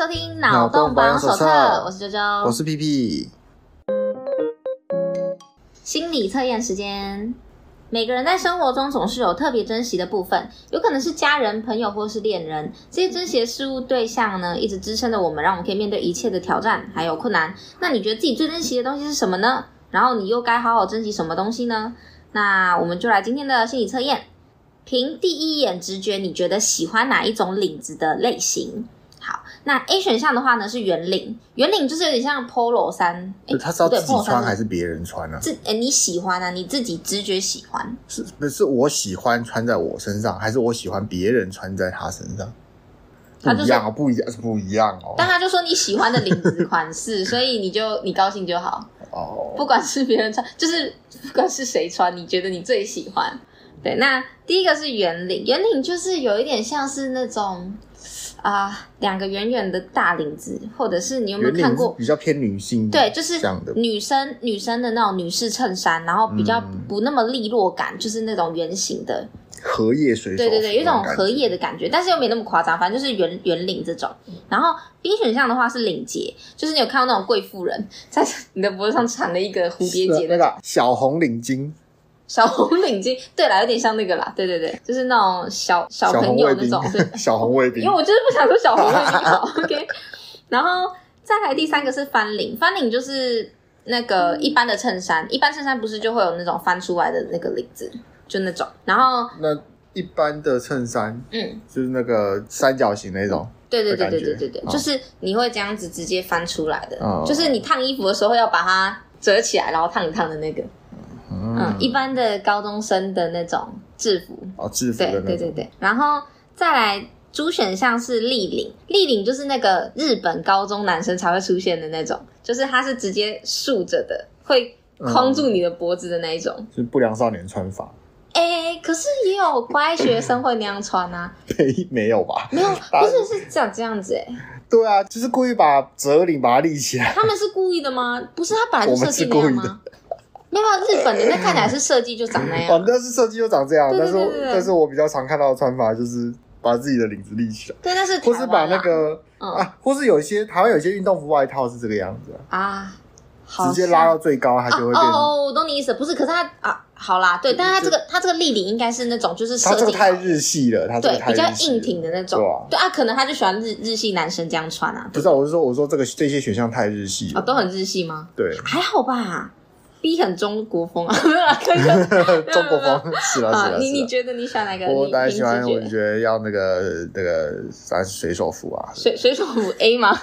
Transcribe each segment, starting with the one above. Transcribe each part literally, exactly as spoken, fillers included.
收听脑洞保养手册，我是啾啾， 我是屁屁。 心理测验时间。每个人在生活中总是有特别珍惜的部分，有可能是家人、朋友或是恋人。这些珍惜的事物对象呢，一直支撑着我们，让我们可以面对一切的挑战还有困难。那你觉得自己最珍惜的东西是什么呢？然后你又该好好珍惜什么东西呢？那我们就来今天的心理测验。凭第一眼直觉，你觉得喜欢哪一种领子的类型？好，那 A 选项的话呢是圆领，圆领就是有点像 polo 衫， 他是要自己穿还是别人穿啊？ 自诶你喜欢啊，你自己直觉喜欢， 是不是我喜欢穿在我身上，还是我喜欢别人穿在他身上？不一样啊，不一样是不一样哦。 但他就说你喜欢的领子款式，所以你就你高兴就好哦。不管是别人穿，就是不管是谁穿，你觉得你最喜欢。对，那第一个是圆领，圆领就是有一点像是那种。啊、呃，两个圆圆的大领子，或者是你有没有看过比较偏女性？ 对，就是女生女生的那种女士衬衫，然后比较不那么利落感，嗯、就是那种圆形的荷叶水手， 对对对，有一种荷叶的感觉，但是又没那么夸张，反正就是圆圆领这种。然后 B 选项的话是领结，就是你有看到那种贵妇人在你的脖子上缠了一个蝴蝶结的那个小红领巾。 小红领巾，对啦，有点像那个啦，对对对，就是那种小小朋友那种，对， 小红卫兵。 因为我就是不想说小红卫兵好，OK。然后再来第三个是翻领，翻领就是那个一般的衬衫，一般衬衫不是就会有那种翻出来的那个领子，就那种。然后那一般的衬衫，嗯，就是那个三角形那种。 对对对对对对对，哦、就是你会这样子直接翻出来的，哦、就是你烫衣服的时候要把它折起来，然后烫一烫的那个。嗯，一般的高中生的那种制服哦，制服的那种， 对对对对。然后再来主选项是立领，立领就是那个日本高中男生才会出现的那种，就是它是直接竖着的，会框住你的脖子的那一种， 嗯、就是不良少年穿法。 哎，可是也有乖学生会那样穿啊？ 没没有吧？ 没有，不是是这样这样子哎。 对啊，就是故意把折领把它立起来。 他们是故意的吗？不是，他本来就设计那样吗？没有，日本的那看起来是设计就长那样。 哦，那是设计就长这样，对对对对，但是但是我比较常看到的穿法就是把自己的领子立起来。 对，但是或是把那个、嗯、啊，或是有一些台湾有些运动服外套是这个样子啊，啊直接拉到最高，它就会变。 哦哦，我懂你意思，不是，可是它啊，好啦，对，但是它这个它这个立领应该是那种就是设计， 它这个太日系了，它这个太日系了， 对，比较硬挺的那种，对啊，对啊，可能他就喜欢日日系男生这样穿啊。 不是、啊，我是说我说这个这些选项太日系了， 哦，都很日系吗？ 对， 还好吧。B 很中国风啊，没有啦， 中国风是啦是啦。 你你觉得你喜欢哪个？ 我当然喜欢，我觉得要那个那个咱水手服啊， 水水手服 A 吗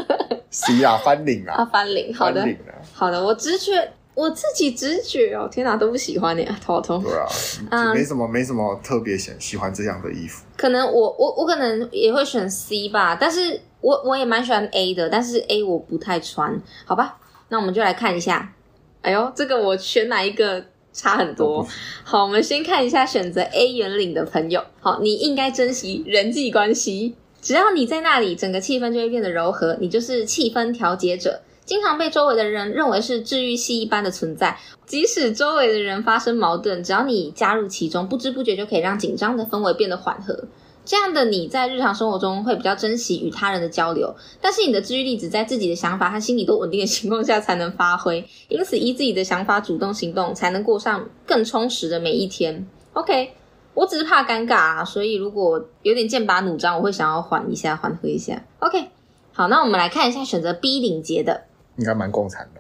？C 啊，翻领啊， 啊翻领，好的，好的，我直觉我自己直觉哦，天哪，都不喜欢耶，头好痛。 对啊，嗯、没什么没什么特别喜喜欢这样的衣服。 可能我我我可能也会选 C 吧，但是我我也蛮喜欢 A 的，但是 A 我不太穿，好吧？那我们就来看一下。哎呦，这个我选哪一个差很多。好，我们先看一下选择 A 圆领的朋友。好，你应该珍惜人际关系，只要你在那里，整个气氛就会变得柔和，你就是气氛调节者，经常被周围的人认为是治愈系一般的存在。即使周围的人发生矛盾，只要你加入其中，不知不觉就可以让紧张的氛围变得缓和。这样的你在日常生活中会比较珍惜与他人的交流，但是你的治愈力只在自己的想法和心理都稳定的情况下才能发挥，因此依自己的想法主动行动，才能过上更充实的每一天。 OK， 我只是怕尴尬啊，所以如果有点剑拔弩张，我会想要缓一下缓和一下。 OK， 好，那我们来看一下选择 B 领结的， 应该蛮共产的、哦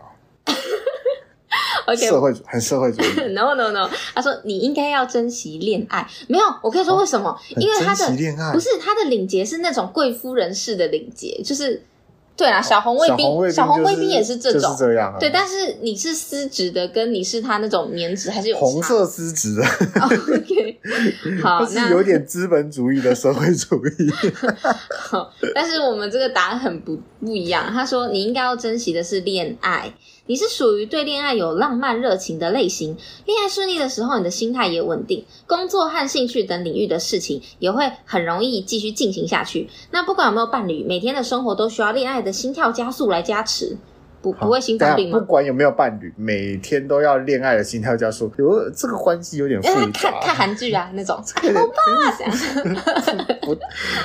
Okay. 社会很社会主义 no no no， 他说你应该要珍惜恋爱。没有，我可以说为什么、哦、因为他的不是他的领结是那种贵夫人式的领结，就是对啦，小红卫兵、哦、小红卫兵、就是、也是这种、 就是、这样、啊、 对，但是你是丝质的跟你是他那种棉质还是有差， 红色丝质的 OK 好， 那是有点资本主义的社会主义好，但是我们这个答案很不不一样。他说你应该要珍惜的是恋爱，你是属于对恋爱有浪漫热情的类型，恋爱顺利的时候你的心态也稳定，工作和兴趣等领域的事情也会很容易继续进行下去。那不管有没有伴侣，每天的生活都需要恋爱的心跳加速来加持，不不会心脏病吗？ 不管有没有伴侣，每天都要恋爱的心跳加速，有这个关系有点复杂。 看看韩剧啊那种，欧巴这样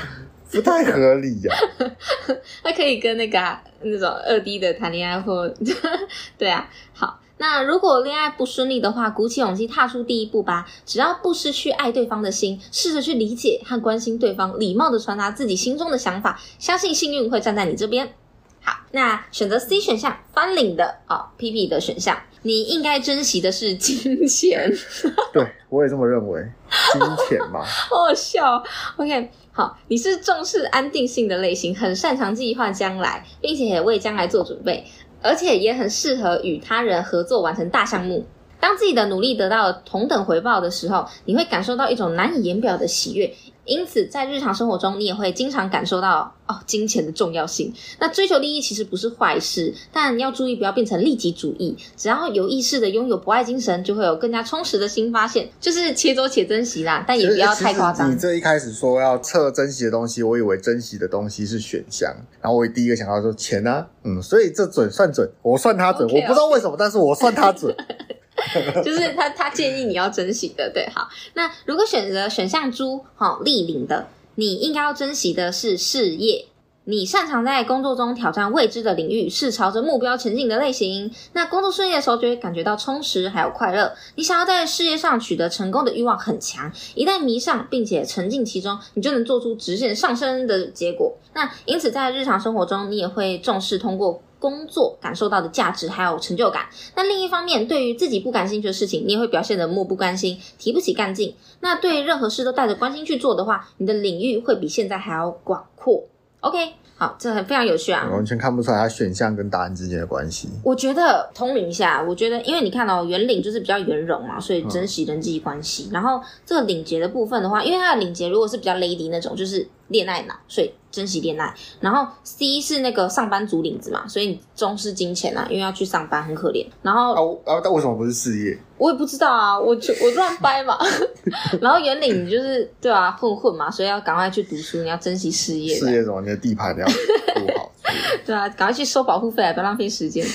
不太合理呀、 啊。他可以跟那个、啊、那种二 D 的谈恋爱或对啊，好。那如果恋爱不顺利的话，鼓起勇气踏出第一步吧。只要不失去爱对方的心，试着去理解和关心对方，礼貌的传达自己心中的想法，相信幸运会站在你这边。好，那选择 C 选项翻领的哦 P P 的选项，你应该珍惜的是金钱。 对，我也这么认为，金钱嘛。 好好笑 OK， 好，你是重视安定性的类型，很擅长计划将来，并且也为将来做准备，而且也很适合与他人合作完成大项目。当自己的努力得到了同等回报的时候，你会感受到一种难以言表的喜悦，因此在日常生活中你也会经常感受到哦金钱的重要性。那追求利益其实不是坏事，但要注意不要变成利己主义，只要有意识的拥有博爱精神，就会有更加充实的新发现，就是且走且珍惜啦，但也不要太夸张。 你这一开始说要测珍惜的东西，我以为珍惜的东西是选项，然后我第一个想到说钱啊，嗯，所以这准算准，我算他准， okay, 我不知道为什么，但是我算他准。 就是他他建议你要珍惜的，对，好。那如果选择选项猪，好，立领的，你应该要珍惜的是事业。你擅长在工作中挑战未知的领域，是朝着目标前进的类型。那工作顺利的时候就会感觉到充实还有快乐。你想要在事业上取得成功的欲望很强，一旦迷上并且沉浸其中，你就能做出直线上升的结果。那因此在日常生活中，你也会重视通过工作感受到的价值还有成就感。那另一方面，对于自己不感兴趣的事情，你也会表现得漠不关心，提不起干劲。那对任何事都带着关心去做的话，你的领域会比现在还要广阔。OK， 好，这很非常有趣啊， 完全看不出来它选项跟答案之间的关系。 我觉得通灵一下，我觉得因为你看哦，圆领就是比较圆融嘛，所以珍惜人际关系、嗯、然后这个领结的部分的话，因为它的领结如果是比较 lady 那种，就是恋爱脑，所以珍惜恋爱。然后 C 是那个上班族领子嘛，所以你重视金钱啊，因为要去上班很可怜。然后啊啊，但为什么不是事业？ 我也不知道啊，我就我乱掰嘛。然后圆领你就是对啊混混嘛，所以要赶快去读书，你要珍惜事业。 事业什么？你的地盘要顾好。 对啊，赶快去收保护费，不要浪费时间。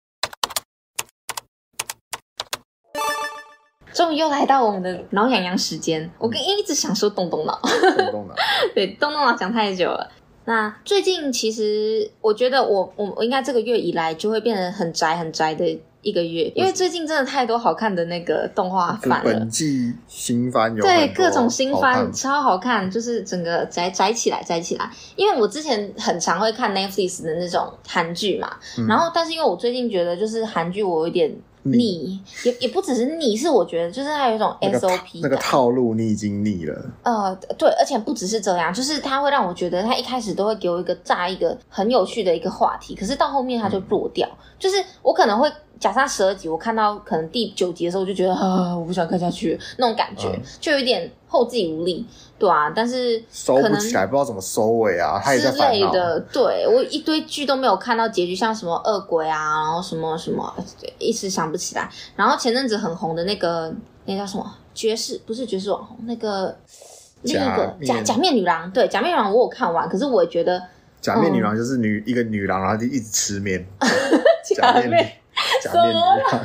终于又来到我们的挠痒痒时间，我跟一直想说动动脑， 动动脑， 对，动动脑讲太久了。那最近其实我觉得我我我应该这个月以来就会变得很宅很宅的一个月，因为最近真的太多好看的那个动画番了。 本季新番有对各种新番超好看，就是整个宅宅起来宅起来。因为我之前很常会看 Netflix 的那种韩剧嘛、嗯，然后但是因为我最近觉得就是韩剧我有点腻，也也不只是腻，是我觉得就是它有一种 S O P 那个、那个套路你已经腻了。 呃，对，而且不只是这样，就是它会让我觉得它一开始都会给我一个炸一个很有趣的一个话题，可是到后面它就弱掉、嗯、就是我可能会假设十二集，我看到可能第九集的时候，我就觉得啊，我不想看下去那种感觉、嗯，就有一点后继无力，对啊。但是收不起来，不知道怎么收尾啊，他也在烦恼之类的。对，我一堆剧都没有看到结局，像什么恶鬼啊，然后什么什么，一时想不起来。然后前阵子很红的那个，那叫什么爵士，不是爵士网红，那个另一个假假面女郎，对，假面女郎我有看完，可是我也觉得假面女郎就是女、嗯、一个女郎，然后就一直吃面， 假面。 假面女郎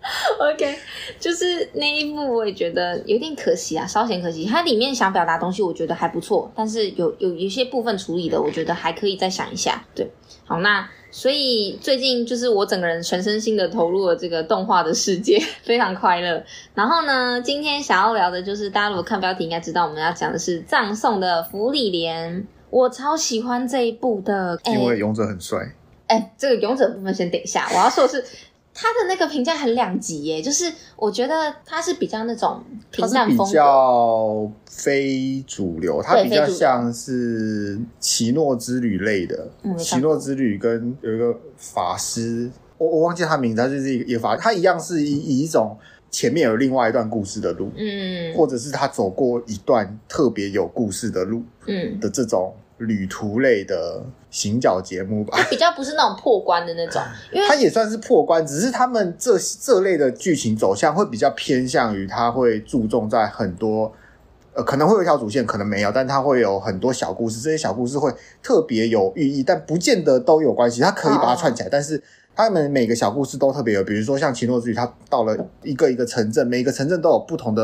OK， 就是那一部我也觉得有点可惜啊，稍显可惜。它里面想表达的东西我觉得还不错，但是有有一些部分处理的，我觉得还可以再想一下。对，好，那所以最近就是我整个人全身心的投入了这个动画的世界，非常快乐。然后呢，今天想要聊的就是大家如果看标题应该知道我们要讲的是葬送的芙莉莲，我超喜欢这一部的， 因为勇者很帅。 哎、欸，这个勇者部分先等一下，我要说的是他的那个评价很两极耶，就是我觉得他是比较那种平淡风格， 他是比较非主流，他比较像是奇诺之旅类的。嗯，奇诺之旅跟有一个法师，我我忘记他名字，他就是一个法，他一样是以以一种前面有另外一段故事的路，嗯，或者是他走过一段特别有故事的路，嗯的这种旅途类的行脚节目吧， 比较不是那种破关的那种，因为它也算是破关，只是他们这这类的剧情走向会比较偏向于，它会注重在很多呃可能会有一条主线，可能没有，但它会有很多小故事，这些小故事会特别有寓意，但不见得都有关系，它可以把它串起来，哦、但是他们每个小故事都特别有，比如说像奇诺之旅，它到了一个一个城镇，每个城镇都有不同的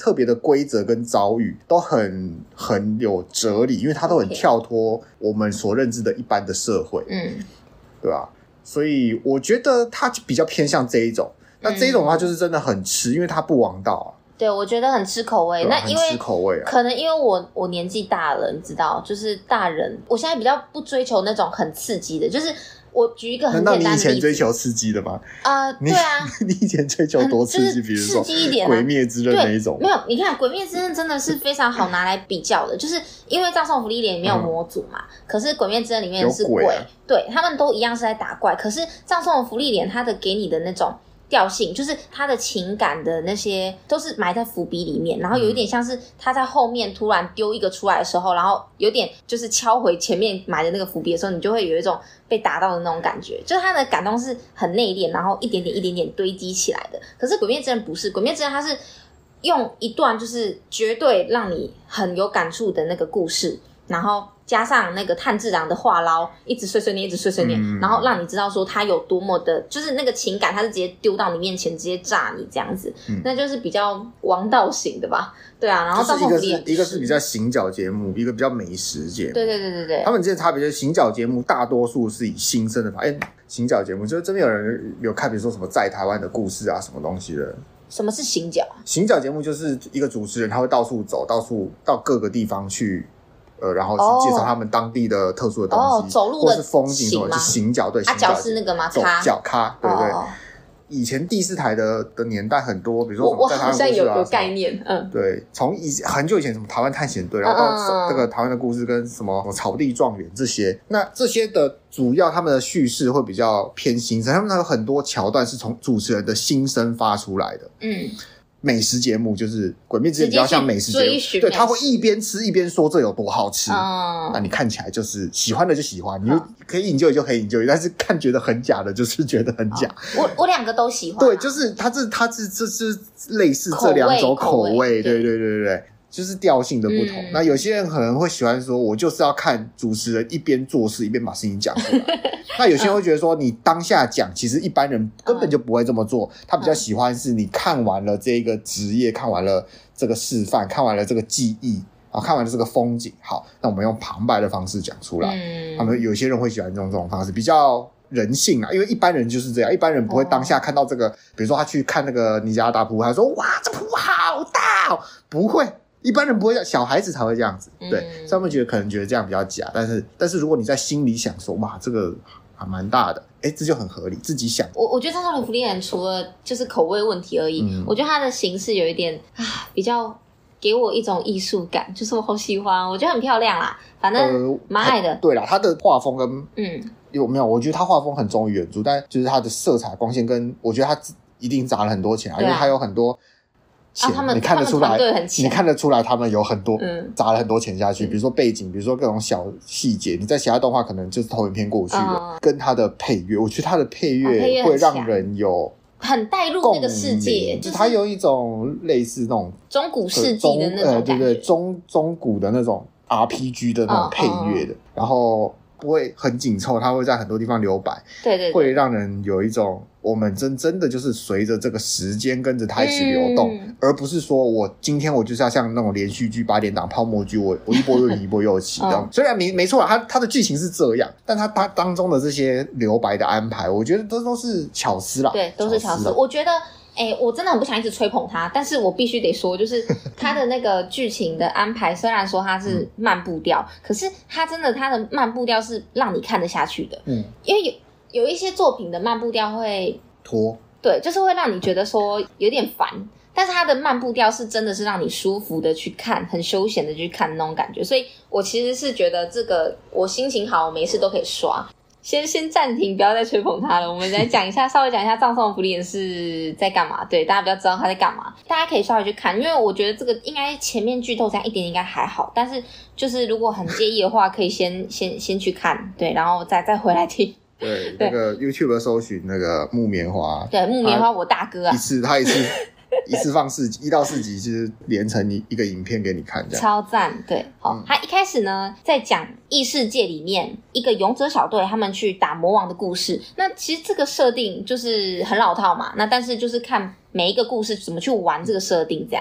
特别的规则跟遭遇都很很有哲理，因为它都很跳脱我们所认知的一般的社会， 嗯， 对吧？所以我觉得它比较偏向这一种。那这一种的话就是真的很吃，因为它不王道啊。 对，我觉得很吃口味。那因为很吃口味啊， 可能因为我我年纪大了，你知道，就是大人，我现在比较不追求那种很刺激的，就是我举一个很简单的例子。 难道你以前追求刺激的吗？ 啊、呃，对啊， 你以前追求多刺激？就是、比如说刺激一点、啊， 鬼灭之刃那一种。 没有，你看鬼灭之刃真的是非常好拿来比较的，就是因为葬送福利莲里面有魔族嘛，嗯、可是鬼灭之刃里面是鬼， 鬼啊、 对他们都一样是在打怪，可是葬送福利莲它的给你的那种调性，就是他的情感的那些都是埋在伏笔里面，然后有一点像是他在后面突然丢一个出来的时候，然后有点就是敲回前面埋的那个伏笔的时候，你就会有一种被打到的那种感觉，就是他的感动是很内敛，然后一点点一点点堆积起来的。可是鬼灭之刃不是，鬼灭之刃它是用一段就是绝对让你很有感触的那个故事，然后加上那个炭治郎的话唠，一直碎碎念，一直碎碎念，嗯、然后让你知道说他有多么的，就是那个情感，他是直接丢到你面前，直接炸你这样子，嗯、那就是比较王道型的吧？对啊，然后就是一个是一个是比较行脚节目，一个比较美食节目。 对对对对对， 他们之间差别就是行脚节目大多数是以新生的法，哎，行脚节目就是这边有人有看，比如说什么在台湾的故事啊，什么东西的。 什么是行脚？行脚节目就是一个主持人，他会到处走，到处到各个地方去。呃，然后去介绍他们当地的特殊的东西， 哦、走路的或是风景什么，就行脚对， 啊，脚是那个吗？ 走脚咖，对对。哦、以前第四台的的年代很多，比如说什么在台湾故事啊， 我好像有个概念，嗯， 对，从以前很久以前什么台湾探险队，然后到这个台湾的故事跟什么草地状元这些，那这些的主要他们的叙事会比较偏新生，他们有很多桥段是从主持人的心声发出来的，嗯。美食节目就是鬼灭之刃比较像美食节目，对，他会一边吃一边说这有多好吃，嗯、那你看起来就是喜欢的就喜欢，你就可以enjoy就可以enjoy，但是看觉得很假的，就是觉得很假。 我我两个都喜欢、啊， 对，就是它这它这这是类似这两种口味，口味对对对对对。就是调性的不同、嗯、那有些人可能会喜欢说我就是要看主持人一边做事一边把事情讲出来那有些人会觉得说你当下讲其实一般人根本就不会这么做、嗯、他比较喜欢是你看完了这个职业，看完了这个示范，看完了这个技艺，然后看完了这个风景，好，那我们用旁白的方式讲出来、嗯、他们有些人会喜欢用这种方式比较人性啊，因为一般人就是这样，一般人不会当下看到这个、哦、比如说他去看那个尼加拉大瀑布，他说哇这瀑布好大哦，不会，一般人不会这样，小孩子才会这样子，对，所以他们觉得可能觉得这样比较假，但是但是如果你在心里想说，哇，这个还蛮大的，哎，这就很合理，自己想。 我我觉得葬送福利莲除了就是口味问题而已，嗯、我觉得它的形式有一点啊，比较给我一种艺术感，就是我好喜欢，我觉得很漂亮啦，反正蛮爱的。 呃、对啦，它的画风跟嗯有没有？我觉得它画风很忠于原著，但就是它的色彩光线跟我觉得它一定砸了很多钱啊，因为它有很多。 啊，他们你看得出来， 你看得出来，他们有很多、嗯、砸了很多钱下去，比如说背景，比如说各种小细节，你在其他动画可能就是投影片过去了，嗯、跟他的配乐，我觉得他的配乐会让人有很带入那个世界， 就是它有一种类似那种中古世纪的那种感觉， 呃、对对，中中古的那种 R P G 的那种配乐的，嗯嗯、然后不会很紧凑，它会在很多地方留白， 对 对, 对， 会让人有一种。我们真真的就是随着这个时间跟着它一起流动、嗯、而不是说我今天我就是要像那种连续剧八点档泡沫剧，我我一波又一波又起、嗯、虽然没没错它它的剧情是这样，但它它当中的这些留白的安排我觉得都都是巧思啦， 对，都是巧思。我觉得哎、欸，我真的很不想一直吹捧它，但是我必须得说，就是它的那个剧情的安排，虽然说它是慢步调、嗯，可是它真的它的慢步调是让你看得下去的。嗯，因为有有一些作品的慢步调会拖， 对，就是会让你觉得说有点烦。但是它的慢步调是真的是让你舒服的去看，很休闲的去看那种感觉。所以我其实是觉得这个，我心情好，我没事都可以刷。先先暂停，不要再吹捧他了。我们来讲一下，稍微讲一下葬送福利莲是在干嘛。对，大家比较知道他在干嘛，大家可以稍微去看，因为我觉得这个应该前面剧透这样一点应该还好，但是就是如果很介意的话，可以先先先去看，对，然后再再回来听。 对，那个 YouTube 搜寻那个木棉花， 对，木棉花我大哥啊， 一次他一次一次放四集，一到四集就是连成一一个影片给你看，这样超赞。对，好、嗯，他一开始呢在讲异世界里面一个勇者小队他们去打魔王的故事。那其实这个设定就是很老套嘛，那但是就是看每一个故事怎么去玩这个设定这样。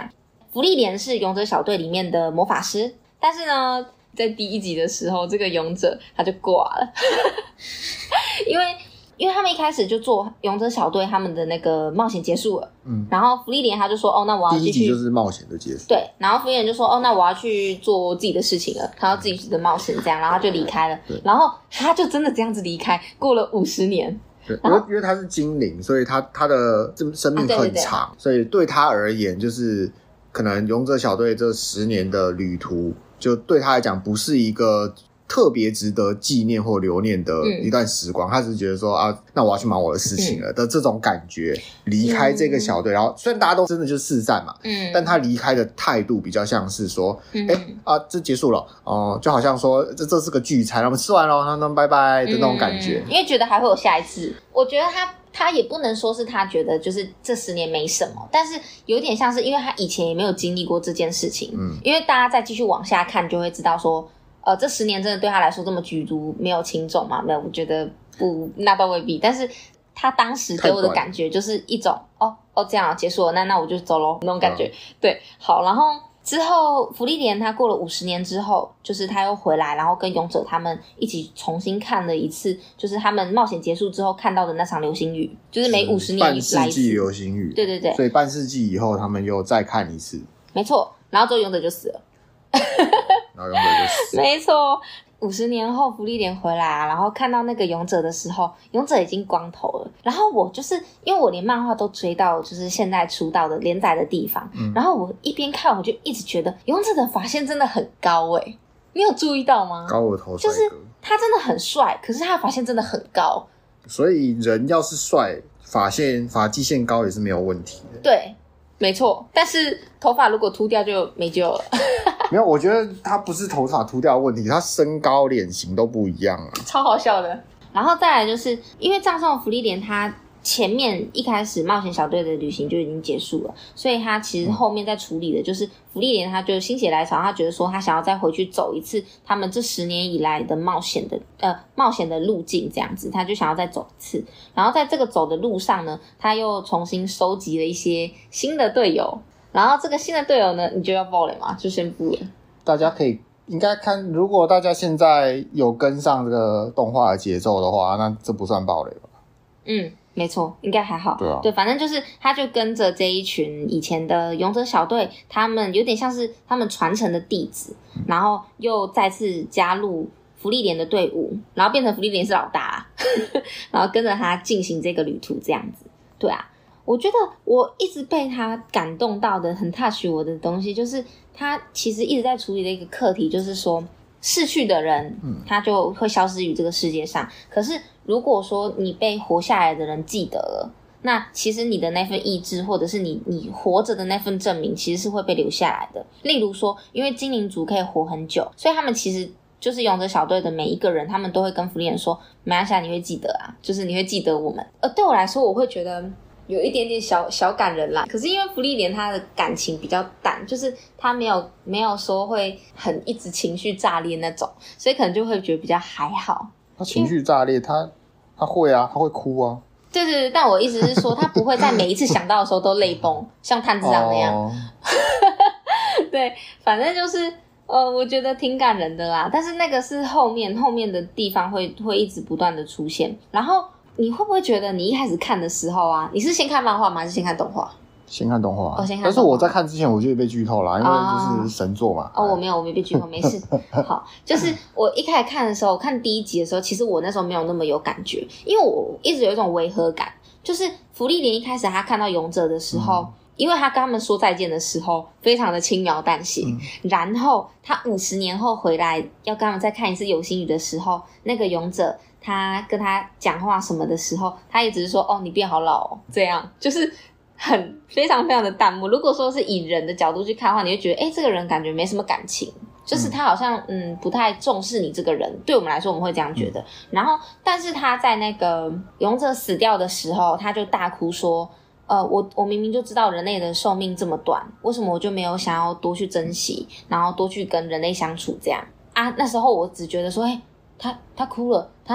芙莉莲是勇者小队里面的魔法师，但是呢在第一集的时候这个勇者他就挂了因为因为他们一开始就做勇者小队他们的那个冒险结束了，嗯，然后芙莉莲他就说哦那我要继续， 第一集就是冒险的结束， 对，然后芙莉莲就说哦那我要去做自己的事情了，他要自己的冒险这样，然后他就离开了，然后他就真的这样子离开，过了五十年。 对，因为因为他是精灵，所以他他的生命很长，啊、对对对，所以对他而言，就是可能勇者小队这十年的旅途，就对他来讲不是一个特别值得纪念或留念的一段时光，嗯、他只是觉得说啊，那我要去忙我的事情了的这种感觉，离开这个小队，嗯、然后虽然大家都真的就是四散嘛，嗯，但他离开的态度比较像是说，哎、嗯、啊，这结束了哦、呃，就好像说这这是个聚餐，我们吃完了，那那拜拜的那种感觉， 嗯，因为觉得还会有下一次。我觉得他他也不能说是他觉得就是这十年没什么，但是有点像是因为他以前也没有经历过这件事情，嗯，因为大家再继续往下看就会知道说。呃，这十年真的对他来说这么举足没有轻重吗？没有，我觉得不，那倒未必。但是他当时给我的感觉就是一种哦哦这样结束了，那那我就走咯那种感觉。嗯、对，好，然后之后芙莉莲他过了五十年之后，就是他又回来，然后跟勇者他们一起重新看了一次，就是他们冒险结束之后看到的那场流星雨，就是每五十年来一次半世纪流星雨。 对对对， 所以半世纪以后他们又再看一次。 没错，然后之后勇者就死了。 然后勇者就死了。 没错，五十年后芙莉莲回来啊，然后看到那个勇者的时候，勇者已经光头了。然后我就是因为我连漫画都追到就是现在出道的连载的地方，嗯、然后我一边看我就一直觉得勇者的发线真的很高诶、欸，你有注意到吗？ 高额头帅哥， 就是他真的很帅，可是他的发线真的很高。 所以人要是帅，发线发际线高也是没有问题的。 对，没错。但是头发如果秃掉就没救了。 没有，我觉得他不是头发秃掉的问题，他身高脸型都不一样啊， 超好笑的。然后再来就是因为葬送的芙莉莲他前面一开始冒险小队的旅行就已经结束了，所以他其实后面在处理的就是芙莉莲他就心血来潮，他觉得说他想要再回去走一次他们这十年以来的冒险的呃冒险的路径这样子，他就想要再走一次。然后在这个走的路上呢，他又重新收集了一些新的队友。然后这个新的队友呢，你就要爆雷吗？就先不了。 大家可以应该看，如果大家现在有跟上这个动画的节奏的话，那这不算爆雷吧？ 嗯，没错，应该还好。 对啊， 对，反正就是他就跟着这一群以前的勇者小队，他们有点像是他们传承的弟子，嗯、然后又再次加入芙莉莲的队伍，然后变成芙莉莲是老大，然后跟着他进行这个旅途这样子。对啊。我觉得我一直被他感动到的很 touch 我的东西，就是他其实一直在处理的一个课题，就是说逝去的人，嗯，他就会消失于这个世界上。可是如果说你被活下来的人记得了，那其实你的那份意志，或者是你你活着的那份证明，其实是会被留下来的。例如说，因为精灵族可以活很久，所以他们其实就是勇者小队的每一个人，他们都会跟芙莉莲说，没关系，你会记得啊，就是你会记得我们。呃，对我来说，我会觉得有一点点小小感人啦，可是因为芙莉莲她的感情比较淡，就是她没有没有说会很一直情绪炸裂那种，所以可能就会觉得比较还好。 她情绪炸裂，她她会啊，她会哭啊。 对对对，但我意思是说，她不会在每一次想到的时候都泪崩，像炭治郎那样。哦、对，反正就是呃，我觉得挺感人的啦。但是那个是后面后面的地方会会一直不断的出现，然后。你会不会觉得你一开始看的时候啊，你是先看漫画吗？还是先看动画？ 先看动画。 哦，先看动画。 但是我在看之前我就被剧透了，因为就是神作嘛。 哦，我没有，我没被剧透，没事。好，就是我一开始看的时候，看第一集的时候，其实我那时候没有那么有感觉，因为我一直有一种违和感，就是芙莉莲一开始他看到勇者的时候。嗯，因为他跟他们说再见的时候非常的轻描淡写，嗯、然后他五十年后回来要跟他们再看一次流星雨的时候，那个勇者他跟他讲话什么的时候，他也只是说哦你变好老哦，这样就是很非常非常的淡漠。如果说是以人的角度去看的话，你会觉得诶这个人感觉没什么感情，就是他好像嗯不太重视你这个人，对我们来说我们会这样觉得。然后但是他在那个勇者死掉的时候，他就大哭说呃，我我明明就知道人类的寿命这么短，为什么我就没有想要多去珍惜，然后多去跟人类相处这样啊？那时候我只觉得说，哎、欸，他他哭了，他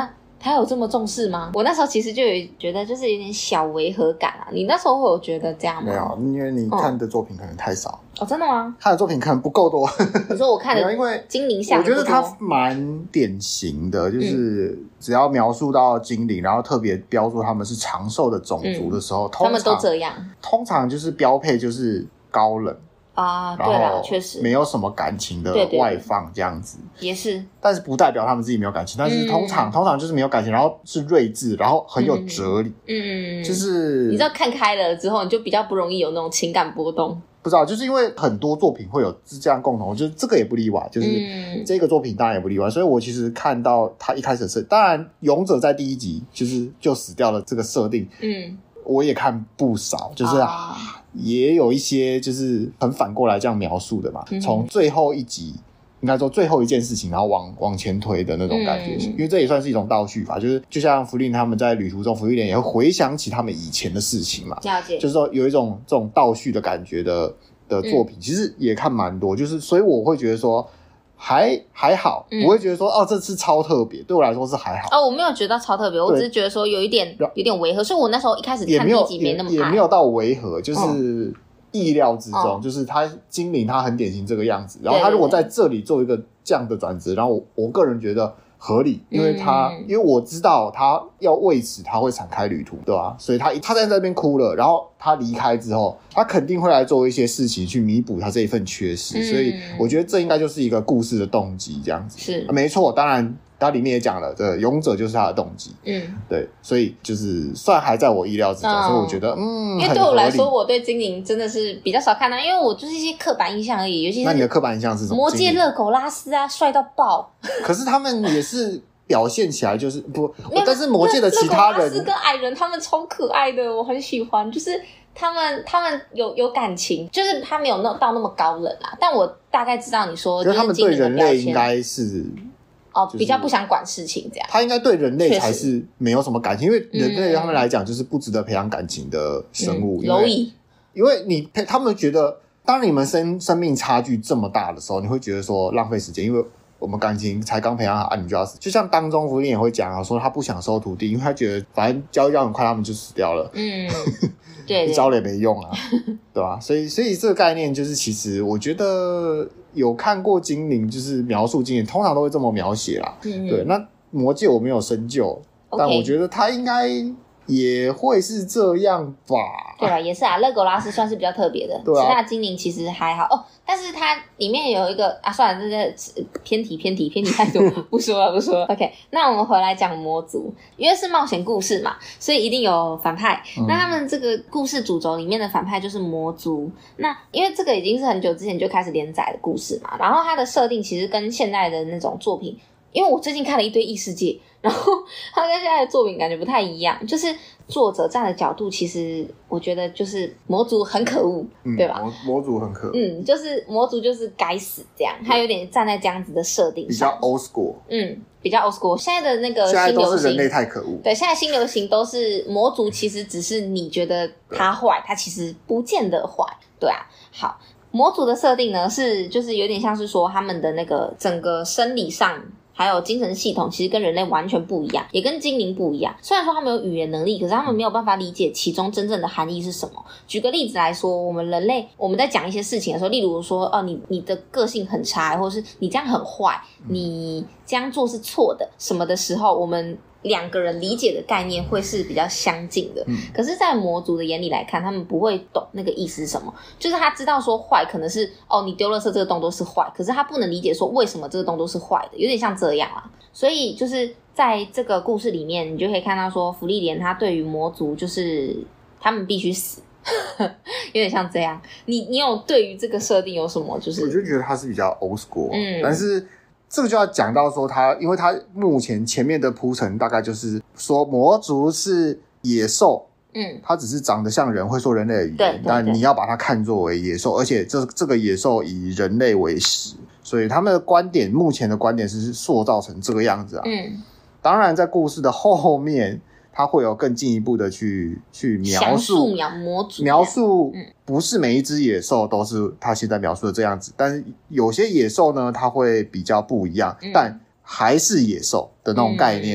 他有这么重视吗？我那时候其实就有觉得就是有点小违和感啊。你那时候会有觉得这样吗？ 没有，因为你看的作品可能太少。 哦，真的吗？ 他的作品可能不够多。 你说我看的， 因为精灵像， 我觉得他蛮典型的，就是只要描述到精灵，然后特别标注他们是长寿的种族的时候，嗯、通常他们都这样。 通常就是标配就是高冷啊，对了，确实没有什么感情的外放这样子， 也是。 但是不代表他们自己没有感情，但是通常、嗯、通常就是没有感情，然后是睿智，然后很有哲理，嗯，就是你知道看开了之后，你就比较不容易有那种情感波动。 不知道，就是因为很多作品会有这样共同，就是这个也不例外，就是这个作品当然也不例外。所以我其实看到他一开始是，当然勇者在第一集就是就死掉了这个设定，嗯，我也看不少，就是啊，也有一些就是很反过来这样描述的嘛，从、嗯、最后一集。应该说最后一件事情，然后往往前推的那种感觉、嗯，因为这也算是一种倒叙吧。就是就像福利他们在旅途中，福利莲也会回想起他们以前的事情嘛， 了解。 就是说有一种这种倒叙的感觉的的作品，嗯、其实也看蛮多。就是所以我会觉得说还还好，不会觉得说、嗯、哦这次超特别，对我来说是还好。 哦，我没有觉得超特别，我只是觉得说有一点有点违和，所以我那时候一开始看第一集没那么爱， 也没有到违和，就是。嗯意料之中、哦、就是他精灵他很典型这个样子，然后他如果在这里做一个这样的转折，然后 我, 我个人觉得合理，因为他、嗯、因为我知道他要为此他会展开旅途，对吧？所以他他在那边哭了，然后他离开之后，他肯定会来做一些事情去弥补他这一份缺失、嗯、所以我觉得这应该就是一个故事的动机这样子， 是、 啊、没错。当然它里面也讲了，这勇者就是他的动机，嗯，对，所以就是算还在我意料之中、哦、所以我觉得嗯， 因为对我来说，我对精灵真的是比较少看到，因为我就是一些刻板印象而已，尤其是那你的刻板印象是什么？ 魔界勒狗拉斯啊，帅到爆， 可是他们也是表现起来就是不，但是魔界的其他人，勒狗拉斯跟矮人他们超可爱的，我很喜欢，就是他们他们有有感情，就是他没有那到那么高冷啊，但我大概知道你说， 就是他们对人类应该是。 哦，比较不想管事情这样。 他应该对人类才是没有什么感情，因为人类对他们来讲就是不值得培养感情的生物。 蝼蚁、嗯， 因为你他们觉得，当你们生生命差距这么大的时候，你会觉得说浪费时间，因为我们感情才刚培养好，啊，你就要死。就像当中福林也会讲啊，说他不想收徒弟，因为他觉得反正教一教很快，他们就死掉了。嗯，对，教了也没用啊，对吧？所以，所以这个概念就是，其实我觉得。有看过精灵，就是描述精灵，通常都会这么描写啦。嗯、对，那魔戒我没有深究， okay. 但我觉得他应该也会是这样吧。 对吧？也是啊，勒狗拉斯算是比较特别的，啊、其他的精灵其实还好哦。但是它里面有一个啊，算了，这个偏题偏题偏题太多，不说了不说了。OK， 那我们回来讲魔族，因为是冒险故事嘛，所以一定有反派。嗯、那他们这个故事主轴里面的反派就是魔族。那因为这个已经是很久之前就开始连载的故事嘛，然后它的设定其实跟现在的那种作品，因为我最近看了一堆异世界，然后它跟现在的作品感觉不太一样，就是作者站的角度，其实我觉得就是魔族很可恶，嗯、对吧？ 魔魔族很可恶， 嗯，就是魔族就是该死这样，他有点站在这样子的设定上， 比较 old school， 嗯，比较 old school。现在的那个新流行， 现在都是人类太可恶， 对，现在新流行都是魔族，其实只是你觉得他坏，他其实不见得坏，对啊。好，魔族的设定呢是就是有点像是说他们的那个整个生理上。还有精神系统其实跟人类完全不一样，也跟精灵不一样。虽然说他们有语言能力，可是他们没有办法理解其中真正的含义是什么。举个例子来说，我们人类我们在讲一些事情的时候，例如说哦，你你的个性很差，或者是你这样很坏，你这样做是错的什么的时候，我们两个人理解的概念会是比较相近的，嗯、可是在魔族的眼里来看，他们不会懂那个意思是什么，就是他知道说坏可能是哦你丢垃圾这个动作是坏，可是他不能理解说为什么这个动作是坏的，有点像这样啦。所以就是在这个故事里面，你就可以看到说芙莉莲他对于魔族就是他们必须死有点像这样。你你有对于这个设定有什么就是？ 我就觉得他是比较 old school，嗯，但是这个就要讲到说他，因为他目前前面的铺陈大概就是说魔族是野兽，嗯，他只是长得像人，会说人类的语言，但你要把它看作为野兽，而且这这个野兽以人类为食，所以他们的观点，目前的观点是塑造成这个样子啊。嗯，当然在故事的后面，他会有更进一步的去去描述魔族， 描述不是每一只野兽都是他现在描述的这样子，但是有些野兽呢，它会比较不一样，嗯、但还是野兽的那种概念。嗯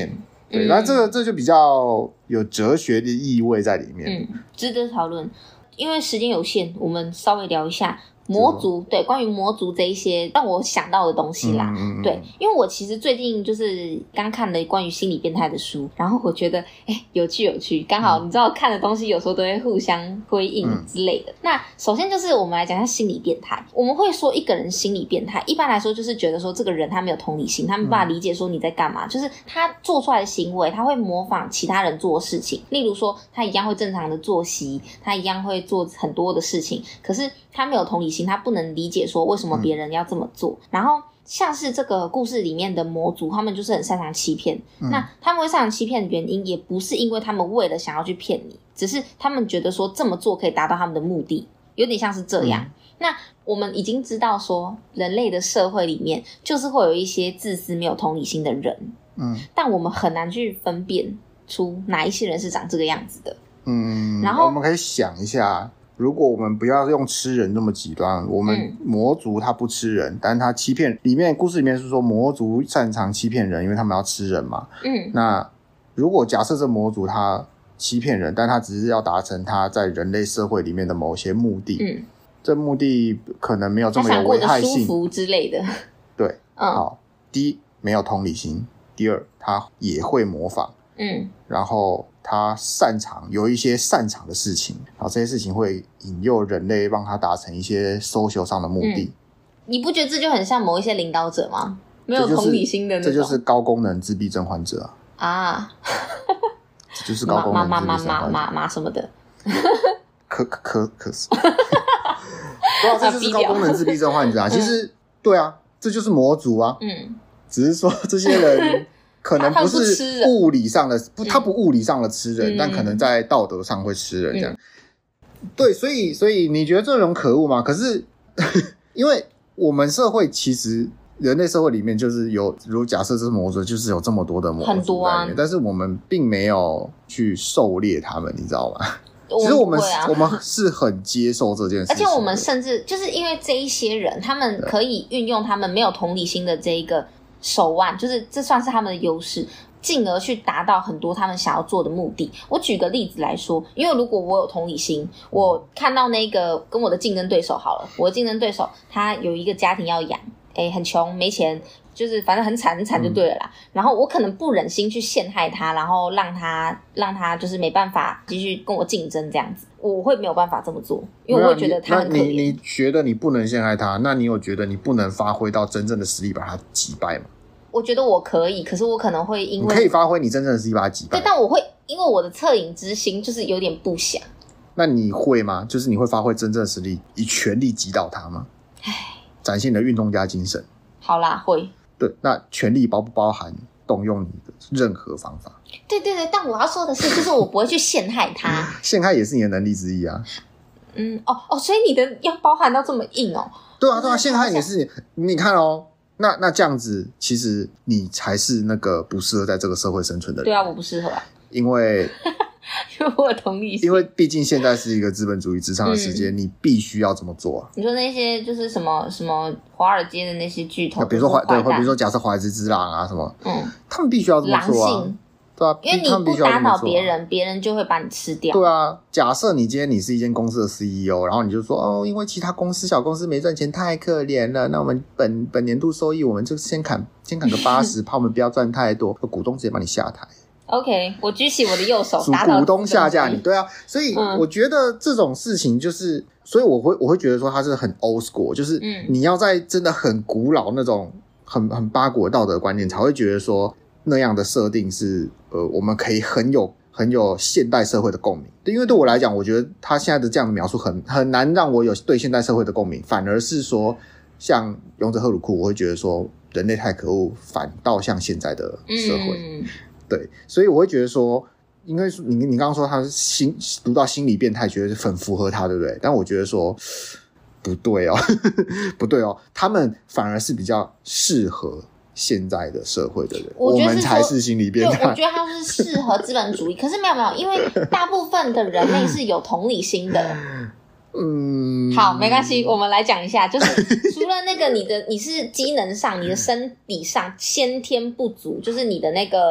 对，那、嗯、这个这就比较有哲学的意味在里面， 嗯，值得讨论。因为时间有限，我们稍微聊一下魔族，对，关于魔族这一些让我想到的东西啦、嗯嗯嗯、对，因为我其实最近就是刚看了关于心理变态的书，然后我觉得哎有趣有趣，刚好你知道看的东西有时候都会互相辉映之类的、嗯、那首先就是我们来讲一下心理变态。我们会说一个人心理变态，一般来说就是觉得说这个人他没有同理心，他没办法理解说你在干嘛、嗯、就是他做出来的行为他会模仿其他人做的事情，例如说他一样会正常的作息，他一样会做很多的事情，可是他没有同理心，他不能理解说为什么别人要这么做、嗯、然后像是这个故事里面的魔族，他们就是很擅长欺骗、嗯、那他们会擅长欺骗的原因也不是因为他们为了想要去骗你，只是他们觉得说这么做可以达到他们的目的，有点像是这样、嗯、那我们已经知道说人类的社会里面就是会有一些自私没有同理心的人，嗯，但我们很难去分辨出哪一些人是长这个样子的。 嗯，然后我们可以想一下，如果我们不要用吃人那么极端，我们魔族他不吃人、嗯、但他欺骗，里面故事里面是说魔族擅长欺骗人，因为他们要吃人嘛。嗯，那如果假设这魔族他欺骗人，但他只是要达成他在人类社会里面的某些目的，嗯，这目的可能没有这么有危害性，他想过得舒服之类的。对， 嗯，好，第一没有同理心，第二他也会模仿，嗯，然后他擅长有一些擅长的事情，然后这些事情会引诱人类让他达成一些 social 上的目的、嗯、 你不觉得这就很像某一些领导者吗？没有同理心的那种， 这就是高功能自闭症患者啊啊这就是高功能自闭症患者，妈妈妈妈什么的可可可可是对啊，这就是高功能自闭症患者啊、嗯、其实对啊，这就是魔族啊，嗯，只是说这些人可能不是物理上的，不，他不物理上的吃人、嗯，但可能在道德上会吃人这样。嗯、对，所以，所以你觉得这种可恶吗？可是，因为我们社会其实人类社会里面就是有，如果假设这是魔族，就是有这么多的魔族在里面，很多啊，但是我们并没有去狩猎他们，你知道吗？其实我们、啊、我们是很接受这件事情， 而且我们甚至就是因为这一些人，他们可以运用他们没有同理心的这一个手腕，就是这算是他们的优势，进而去达到很多他们想要做的目的。我举个例子来说，因为如果我有同理心，我看到那个跟我的竞争对手好了，我的竞争对手他有一个家庭要养，诶很穷没钱，就是反正很惨很惨就对了啦、嗯、然后我可能不忍心去陷害他，然后让他让他就是没办法继续跟我竞争这样子，我会没有办法这么做，因为我会觉得他很可怜。 你你觉得你不能陷害他，那你有觉得你不能发挥到真正的实力把他击败吗？ 我觉得我可以，可是我可能会因为你可以发挥你真正的实力把他击败， 对，但我会因为我的恻隐之心就是有点不想。 那你会吗？就是你会发挥真正的实力以全力击倒他吗？唉，展现你的运动家精神。 好啦，会。 对，那全力包不包含动用你的任何方法？ 对对对，但我要说的是，就是我不会去陷害他。 陷害也是你的能力之一啊。 嗯，哦哦，所以你的要包含到这么硬哦？ 对啊，对啊，陷害也是。你看哦，那那这样子，其实你才是那个不适合在这个社会生存的人。 对啊，我不适合啊， 因为因为我有同理心。 因为毕竟现在是一个资本主义至上的世界、嗯，你必须要这么做、啊。 你说那些就是什么什么华尔街的那些巨头， 比如说华对，或比如说假设华尔街之狼啊什么，嗯，他们必须要这么做啊。对啊， 因为你不打倒别人，别人就会把你吃掉。 对啊，假设你今天你是一间公司的 C E O， 然后你就说哦，因为其他公司小公司没赚钱太可怜了，那我们本本年度收益我们就先砍先砍个八十，怕我们不要赚太多，股东直接把你下台。 OK， 我举起我的右手， 属股东下架你，对啊，所以我觉得这种事情就是，嗯、所以我会我会觉得说它是很 old school， 就是你要在真的很古老那种很很八股的道德观念，才会觉得说那样的设定是呃，我们可以很有很有现代社会的共鸣。因为对我来讲，我觉得他现在的这样的描述很很难让我有对现代社会的共鸣，反而是说像勇者赫鲁库，我会觉得说人类太可恶，反倒像现在的社会。嗯，对，所以我会觉得说，因为你你刚刚说他是心读到心理变态，觉得很符合他，对不对？但我觉得说不对哦，不对哦，他们反而是比较适合现在的社会的人，我, 我们才是心理变态。 对，我觉得他是适合资本主义，可是没有没有，因为大部分的人类是有同理心的。嗯，好，没关系，我们来讲一下，就是除了那个你的你是机能上、你的生理上先天不足，就是你的那个。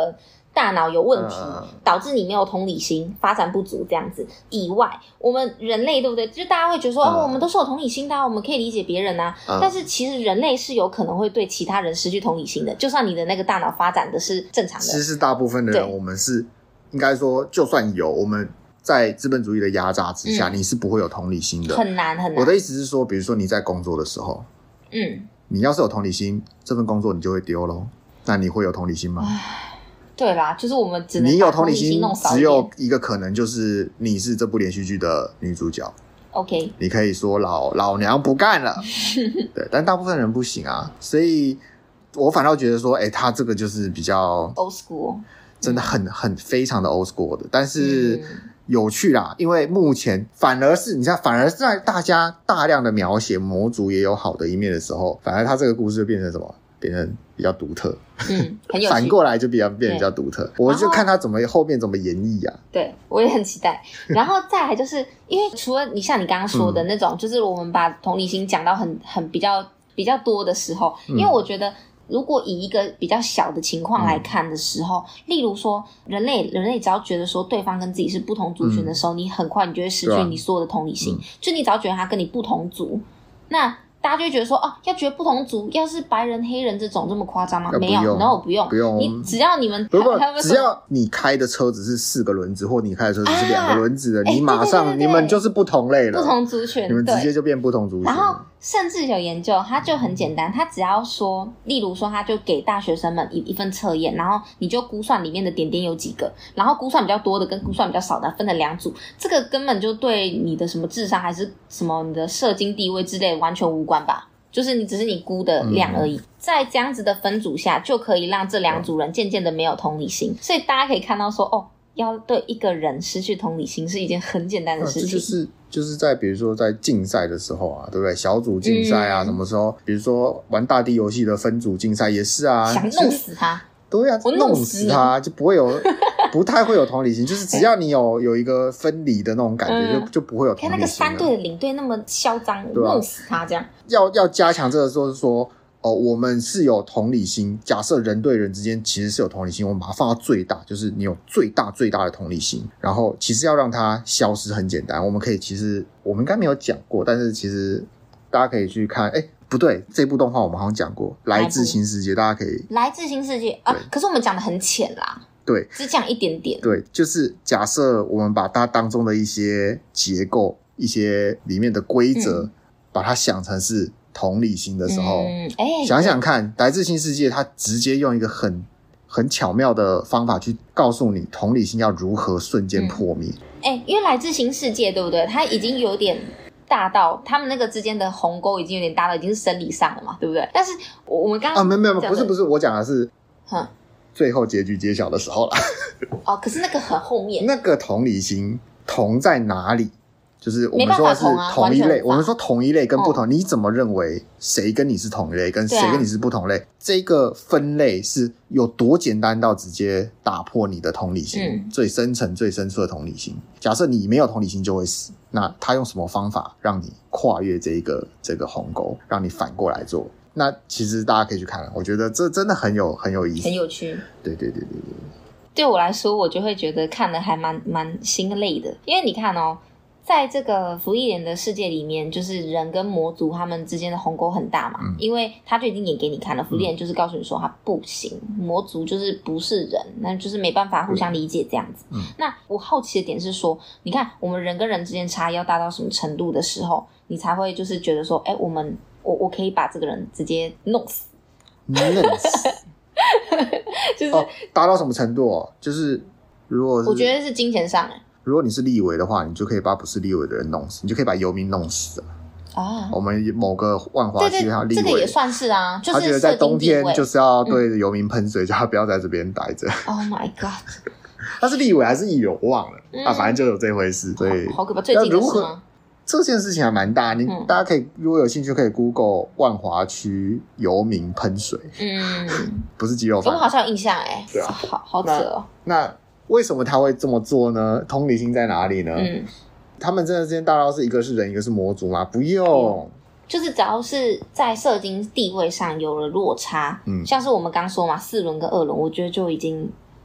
大脑有问题， 嗯、 导致你没有同理心，发展不足这样子以外，我们人类对不对？就大家会觉得说、嗯、哦，我们都是有同理心的、啊，我们可以理解别人啊、嗯。但是其实人类是有可能会对其他人失去同理心的，就算你的那个大脑发展的是正常的。 其实大部分的人，我们是应该说，就算有，我们在资本主义的压榨之下、嗯，你是不会有同理心的， 很难很难。 我的意思是说，比如说你在工作的时候，嗯，你要是有同理心，这份工作你就会丢咯。那你会有同理心吗？ 对啦，就是我们只能你有同理心心，只有一个可能，就是你是这部连续剧的女主角。 OK， 你可以说老老娘不干了，对，但大部分人不行啊，所以我反倒觉得说，哎、欸，他这个就是比较 old school， 真的很很非常的 old school 的，但是有趣啦，因为目前反而是你知道，反而是在大家大量的描写魔族也有好的一面的时候，反而他这个故事就变成什么？变成比较独特， 嗯，很有趣。 反过来就比较变得比较独特，我就看他怎么后面怎么演绎啊。 对，我也很期待。然后再来就是因为除了你像你刚刚说的那种、嗯，就是我们把同理心讲到很很比较比较多的时候，因为我觉得如果以一个比较小的情况来看的时候，嗯、例如说人类人类只要觉得说对方跟自己是不同族群的时候，嗯、你很快你就会失去你所有的同理心。嗯、就你只要觉得他跟你不同族，那大家就会觉得说，哦，要觉得不同族，要是白人、黑人这种这么夸张吗？没有 ，no， 不用， 不用。 你只要你们， 不不，只要你开的车子是四个轮子，或你开的车子是两个轮子的，啊、你马上、欸、对对对对你们就是不同类了， 不同族群， 你们直接就变不同族群。 然后甚至有研究，它就很简单，它只要说，例如说，他就给大学生们一一份测验，然后你就估算里面的点点有几个，然后估算比较多的跟估算比较少的分成两组，这个根本就对你的什么智商还是什么你的社经地位之类完全无关吧。就是你只是你估的量而已、嗯、在这样子的分组下就可以让这两组人渐渐的没有同理心、嗯、所以大家可以看到说哦，要对一个人失去同理心是一件很简单的事情、啊、 这就是就是在比如说在竞赛的时候啊，对不对？小组竞赛啊、嗯、什么时候比如说玩大地游戏的分组竞赛也是啊， 想弄死他对啊， 我弄死他就不会有不太会有同理心，就是只要你有有一个分离的那种感觉、嗯、就就不会有同理心。看那个三队的领队那么嚣张、啊、弄死他这样。 要要加强这个就是说哦，我们是有同理心，假设人对人之间其实是有同理心，我们把它放到最大，就是你有最大最大的同理心，然后其实要让它消失很简单，我们可以其实我们应该没有讲过，但是其实大家可以去看，诶不对，这部动画我们好像讲过，来自新世界，大家可以来自新世界啊，可是我们讲的很浅啦， 对， 只讲一点点， 对，就是假设我们把它当中的一些结构、一些里面的规则、嗯，把它想成是同理心的时候，嗯欸、想想看，来自新世界，它直接用一个很很巧妙的方法去告诉你同理心要如何瞬间破灭。 哎、嗯欸，因为来自新世界，对不对？它已经有点大到他们那个之间的鸿沟已经有点大到已经是生理上了嘛，对不对？但是我们刚刚啊，没有没有，不是不是，我讲的是，哼，最后结局揭晓的时候啦。 哦，可是那个很后面， 那个同理心同在哪里？就是我们说的是同一类，啊、我们说同一类跟不同、嗯，你怎么认为谁跟你是同一类，跟谁跟你是不同类？啊、这个分类是有多简单到直接打破你的同理心、嗯，最深层、最深处的同理心。假设你没有同理心就会死，那他用什么方法让你跨越这一个这个鸿沟，让你反过来做？那其实大家可以去看，我觉得这真的很有很有意思， 很有趣。 对对对对对。 对我来说，我就会觉得看的还蛮蛮心累的，因为你看哦。在这个芙莉莲的世界里面，就是人跟魔族他们之间的鸿沟很大嘛、嗯、因为他就已经演给你看了，芙莉莲就是告诉你说他不行、嗯、魔族就是不是人，那就是没办法互相理解这样子、嗯、那我好奇的点是说，你看我们人跟人之间差异要大到什么程度的时候，你才会就是觉得说哎，我们我我可以把这个人直接弄死弄死就是哦，达到什么程度哦？就是如果是我觉得是金钱上哎， 如果你是立委的话，你就可以把不是立委的人弄死，你就可以把游民弄死啊！我们某个万华区他立委， 这个也算是啊，就是他觉得在冬天就是要对游民喷水，叫、嗯、他不要在这边待着。 Oh my god！ 他是立委还是议员？我忘了、嗯、啊，反正就有这回事。所以好可怕！最近的事吗？ 这件事情还蛮大，你、嗯、大家可以如果有兴趣，可以 Google 万华区游民喷水。嗯，不是鸡肉饭， 我好像有印象哎、欸。对啊，好好扯哦。 那。那为什么他会这么做呢？同理心在哪里呢？嗯，他们真的之间大到是一个是人，一个是魔族吗？不用， 就是只要是在社经地位上有了落差，嗯，像是我们刚说嘛，四轮跟二轮，我觉得就已经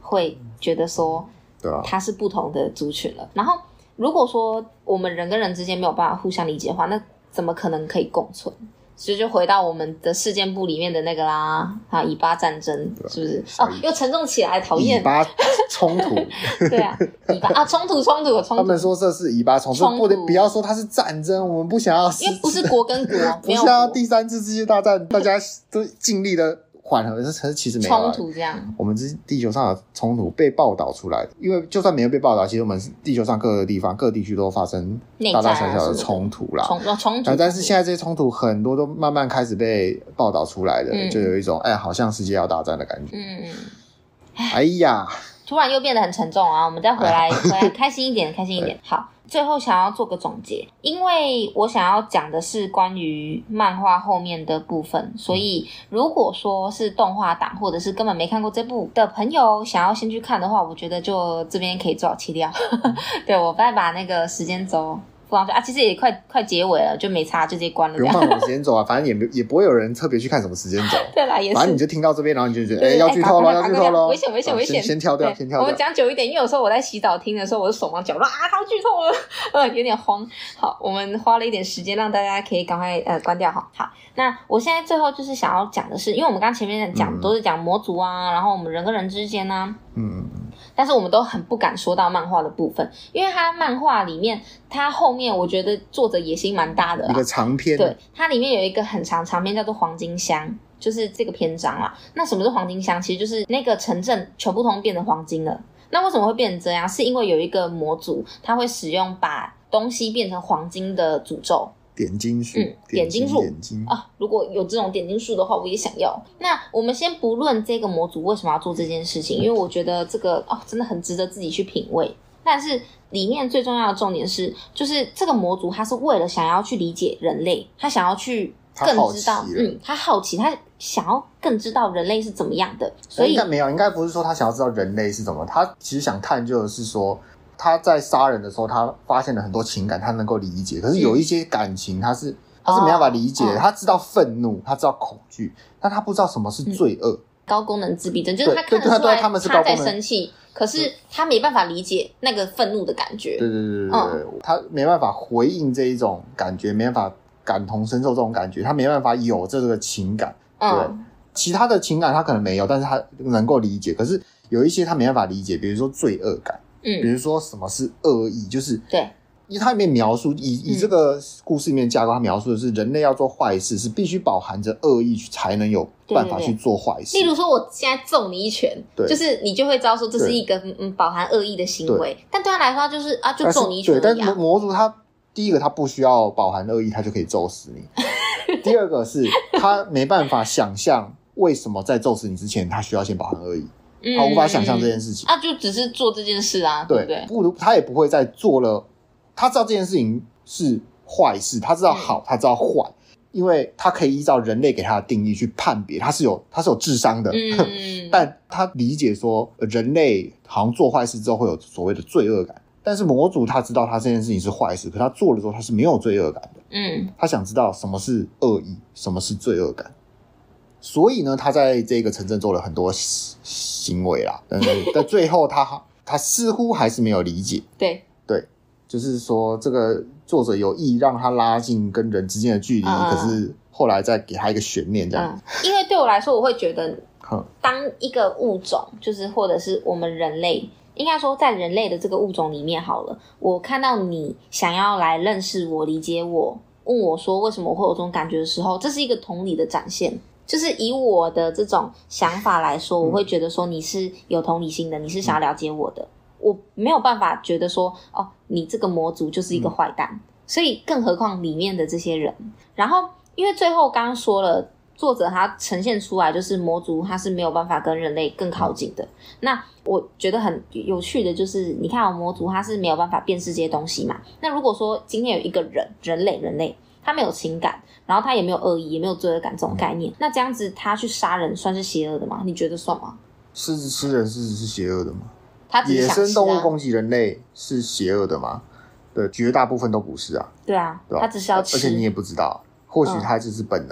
会觉得说， 对啊， 它是不同的族群了。然后如果说我们人跟人之间没有办法互相理解的话，那怎么可能可以共存？所以就回到我们的事件部里面的那个啦，啊，以巴战争是不是？哦，又沉重起来，讨厌。 以巴冲突， 对啊，以巴啊，冲突冲突冲突。 他们说这是以巴冲突，不得不要说它是战争，我们不想要， 因为不是国跟国， 不想要第三次世界大战，大家都尽力的缓和，可是其实没有冲突这样。 我们这地球上的冲突被报道出来的，因为就算没有被报道，其实我们地球上各个地方、各地区都发生大大小小的冲突啦。 冲冲突， 但是现在这些冲突很多都慢慢开始被报道出来的，嗯、就有一种哎，好像世界要大战的感觉。嗯，哎呀， 突然又变得很沉重啊！我们再回来，回来开心一点，开心一点。好。最后想要做个总结，因为我想要讲的是关于漫画后面的部分，所以如果说是动画党或者是根本没看过这部的朋友想要先去看的话，我觉得就这边可以做好切掉。对，我再把那个时间轴附上去啊，其实也快快结尾了，就没差，就直接关了。 不用放时间轴啊，反正也也不会有人特别去看什么时间轴。 对啦，也是。 反正你就听到这边，然后你就觉得，哎、欸，要剧透了，要剧透了， 危险危险危险， 先跳掉，先跳掉。 我们讲久一点，因为有时候我在洗澡听的时候，我就手忙脚乱啊，它要剧透了，呃，有点慌。好，我们花了一点时间让大家可以赶快呃关掉哈。好，那我现在最后就是想要讲的是，因为我们刚前面讲、嗯、都是讲魔族啊，然后我们人跟人之间啊，嗯。但是我们都很不敢说到漫画的部分，因为它漫画里面，它后面我觉得作者野心蛮大的啦， 一个长篇， 对，它里面有一个很长长篇叫做黄金箱，就是这个篇章啦。那什么是黄金箱？其实就是那个城镇全部通变成黄金了。那为什么会变成这样？是因为有一个魔族，他会使用把东西变成黄金的诅咒。 点金术， 嗯，点金术点金啊！如果有这种点金术的话，我也想要。那我们先不论这个魔族为什么要做这件事情，因为我觉得这个哦，真的很值得自己去品味。但是里面最重要的重点是，就是这个魔族他是为了想要去理解人类，他想要去更知道，嗯，他好奇，他想要更知道人类是怎么样的。所以应该没有，应该不是说他想要知道人类是怎么，他其实想探究的是说。他在杀人的时候，他发现了很多情感，他能够理解。可是有一些感情，他是、嗯、他是没办法理解的。哦、他知道愤怒，他知道恐惧，但他不知道什么是罪恶。嗯、 高功能自闭症就是他看得出来他在生气，可是他没办法理解那个愤怒的感觉。 对对对对对，嗯、他没办法回应这一种感觉，没办法感同身受这种感觉，他没办法有这个情感。对，嗯、其他的情感他可能没有，但是他能够理解。可是有一些他没办法理解，比如说罪恶感。嗯，比如说什么是恶意，就是对， 因为它里面描述以以这个故事里面架构，它描述的是人类要做坏事是必须饱含着恶意才能有办法去做坏事。 对对对，例如说，我现在揍你一拳，就是你就会知道说这是一个嗯饱含恶意的行为，但对他来说就是啊就揍你一拳而已啊。 对，但魔族他第一个他不需要饱含恶意，他就可以揍死你。第二个是他没办法想象为什么在揍死你之前，他需要先饱含恶意。他无法想象这件事情， 他、嗯啊、就只是做这件事啊，对不对？ 不，他也不会再做了。他知道这件事情是坏事，他知道好，嗯、他知道坏，因为他可以依照人类给他的定义去判别，他是有他是有智商的。嗯，但他理解说人类好像做坏事之后会有所谓的罪恶感，但是魔族他知道他这件事情是坏事，可他做了之后他是没有罪恶感的。嗯，他想知道什么是恶意，什么是罪恶感。所以呢，他在这个城镇做了很多行为啦，但是在最后他他似乎还是没有理解。 对对，就是说这个作者有意让他拉近跟人之间的距离，嗯、可是后来再给他一个悬念这样。 嗯、因为对我来说，我会觉得，当一个物种，就是或者是我们人类，应该说在人类的这个物种里面好了，我看到你想要来认识我、理解我，问我说为什么我会有这种感觉的时候，这是一个同理的展现。就是以我的这种想法来说，我会觉得说你是有同理心的，你是想要了解我的，嗯、我没有办法觉得说哦，你这个魔族就是一个坏蛋，嗯、所以更何况里面的这些人。然后因为最后刚刚说了，作者他呈现出来就是魔族他是没有办法跟人类更靠近的。嗯、那我觉得很有趣的就是你看哦，魔族他是没有办法辨识这些东西嘛，那如果说今天有一个人人类人类他没有情感，然后他也没有恶意，也没有罪恶感这种概念，嗯、那这样子他去杀人算是邪恶的吗？你觉得算吗？ 是吃人是是邪恶的吗？ 他只是想吃啊。 野生动物攻击人类是邪恶的吗？对，绝大部分都不是啊。 对啊，对啊，他只是要吃， 而且你也不知道，或许他只是本能。嗯、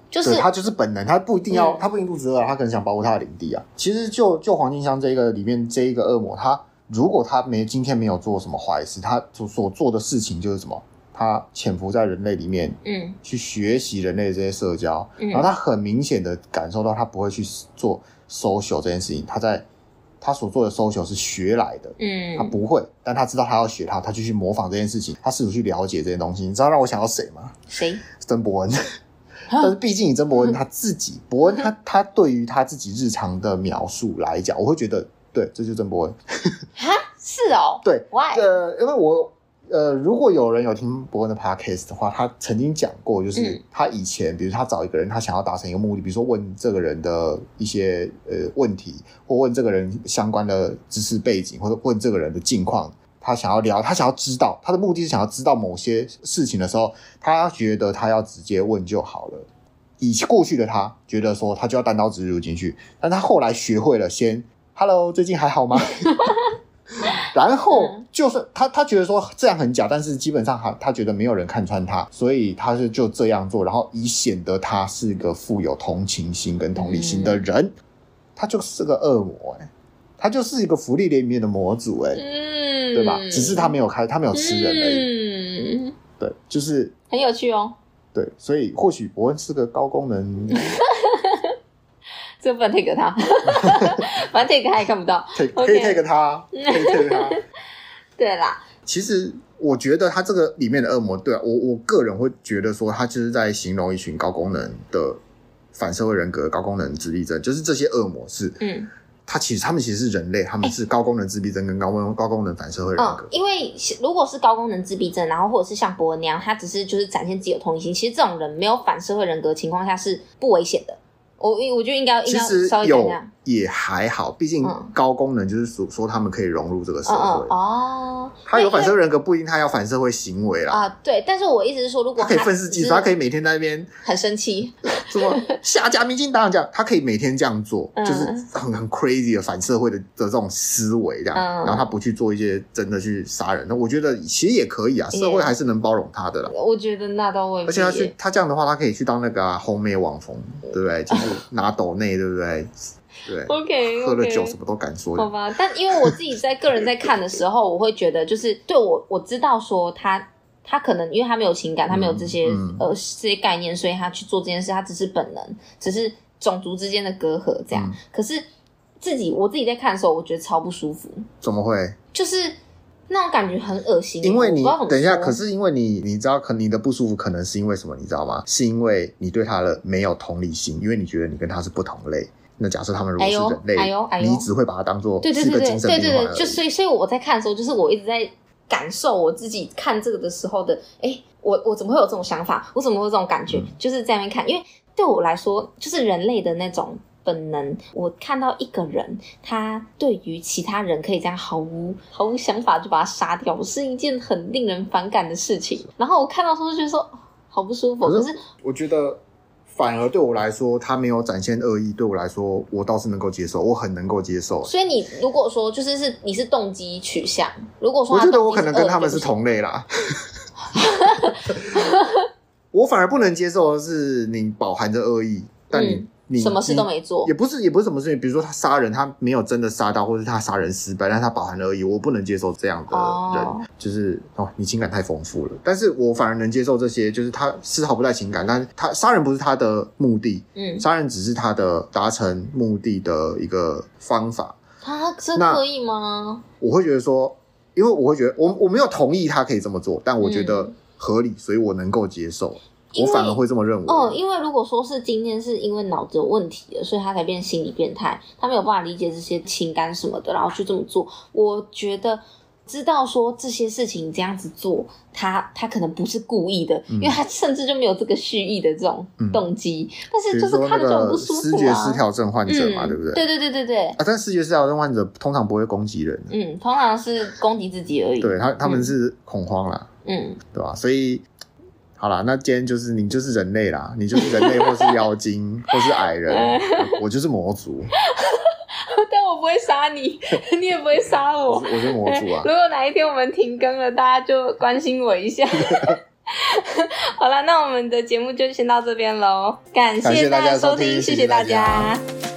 就是他就是本能，他不一定要， 嗯、 他不一定肚子饿，他可能想保护他的领地啊。其实就就黄金香这个里面这一个恶魔，他如果他没今天没有做什么坏事，他所所做的事情就是什么？他潜伏在人类里面，嗯，去学习人类的这些社交，嗯，然后他很明显的感受到他不会去做 social 这件事情，他在他所做的 social 是学来的，嗯，他不会，但他知道他要学他，他就去模仿这件事情，他试图去了解这些东西。你知道让我想到谁吗？ 谁？ 曾伯恩。但是毕竟以曾伯恩他自己，伯恩他他对于他自己日常的描述来讲，我会觉得，对，这就是曾伯恩。 哈，是哦， 对 ，Why？ 呃，因为我。呃，如果有人有听伯恩的 podcast 的话，他曾经讲过，就是他以前，嗯、比如他找一个人，他想要达成一个目的，比如说问这个人的一些呃问题，或问这个人相关的知识背景，或者问这个人的近况，他想要聊，他想要知道，他的目的是想要知道某些事情的时候，他觉得他要直接问就好了。以过去的他觉得说，他就要单刀直入进去，但他后来学会了先 ，Hello， 最近还好吗？然后就是他，他觉得说这样很假，但是基本上他他觉得没有人看穿他，所以他是就这样做，然后以显得他是个富有同情心跟同理心的人，嗯、他就是个恶魔哎、欸，他就是一个福利连里面的魔族哎、欸，嗯，对吧？只是他没有开，他没有吃人而已，嗯，对，就是很有趣哦， 对，所以或许伯恩是个高功能。 这不能 take 他，反正 take 他也看不到， 可以 take 他，可以 take 他。 对啦， 其实我觉得他这个里面的恶魔，对啊，我我个人会觉得说，他就是在形容一群高功能的反社会人格、高功能自闭症，就是这些恶魔是，嗯，他其实他们其实是人类，他们是高功能自闭症跟高功能高功能反社会人格。 嗯，因为如果是高功能自闭症，然后或者是像伯恩那样，他只是就是展现自己的同理心，其实这种人没有反社会人格的情况下是不危险的。我我觉得应该应该稍微讲讲， 也还好，毕竟高功能就是说说他们可以融入这个社会。 嗯嗯哦， 他有反社会人格不一定他要反社会行为啦。 啊，对，但是我意思是说，如果他, 他可以愤世嫉俗，他可以每天在那边很生气， 什么下架民进党这样，他可以每天这样做，嗯、就是很很 crazy 的反社会的的这种思维这样，嗯、然后他不去做一些真的去杀人，那我觉得其实也可以啊，社会还是能包容他的啦。 我觉得那倒未必， 而且他去他这样的话，他可以去当那个红妹网红，对不对？就是拿抖内，对不对？对 ，OK， 喝了酒什么都敢说， 好吧？但因为我自己在个人在看的时候，我会觉得就是对我我知道说他他可能因为他没有情感，他没有这些、嗯、呃这些概念，所以他去做这件事，他只是本能，只是种族之间的隔阂这样。嗯、可是自己我自己在看的时候，我觉得超不舒服。 怎么会？ 就是那种感觉很恶心。 因为你等一下，可是因为你你知道，可你的不舒服可能是因为什么？你知道吗？是因为你对他的没有同理心，因为你觉得你跟他是不同类。那假设他们如果是人类， 哎呦哎呦你只会把它当作是一个精神病患而已。对对对对， 就所以所以我在看的时候，就是我一直在感受我自己看这个的时候的，哎，我我怎么会有这种想法？我怎么会有这种感觉？嗯、就是在那边看，因为对我来说，就是人类的那种本能。我看到一个人，他对于其他人可以这样毫无毫无想法就把他杀掉，是一件很令人反感的事情。然后我看到时候就觉得说，好不舒服。可是我觉得。反而对我来说，他没有展现恶意，对我来说，我倒是能够接受，我很能够接受。 所以你如果说就是是你是动机取向，如果说他我觉得我可能跟他们是同类啦。我反而不能接受的是你饱含着恶意，但你、嗯、你什么事都没做， 也不是也不是什么事情，比如说他杀人，他没有真的杀到，或者是他杀人失败，但是他饱含了恶意，我不能接受这样的人，哦、就是哦，你情感太丰富了。但是我反而能接受这些，就是他丝毫不带情感，但是他杀人不是他的目的，嗯，杀人只是他的达成目的的一个方法。 他这可以吗？ 我会觉得说，因为我会觉得我我没有同意他可以这么做，但我觉得合理，嗯、所以我能够接受。我反而会这么认为哦，因为如果说是今天是因为脑子有问题了，所以他才变心理变态，他没有办法理解这些情感什么的，然后去这么做。我觉得知道说这些事情这样子做，他他可能不是故意的，嗯、因为他甚至就没有这个蓄意的这种动机，嗯、但是就是看着就很不舒服啊。 思觉失调症患者嘛， 嗯、 对不对？ 对对对对对。 啊，但思觉失调症患者通常不会攻击人， 嗯，通常是攻击自己而已。 对他他们是恐慌啦，嗯，对吧？所以。好啦，那今天就是你就是人类啦，你就是人类或是妖精或是矮人，我, 我就是魔族。 但我不会杀你，你也不会杀我。 我是魔族啊！ 如果哪一天我们停更了，大家就关心我一下。 好了，那我们的节目就先到这边咯，感谢大家收听，谢谢大家。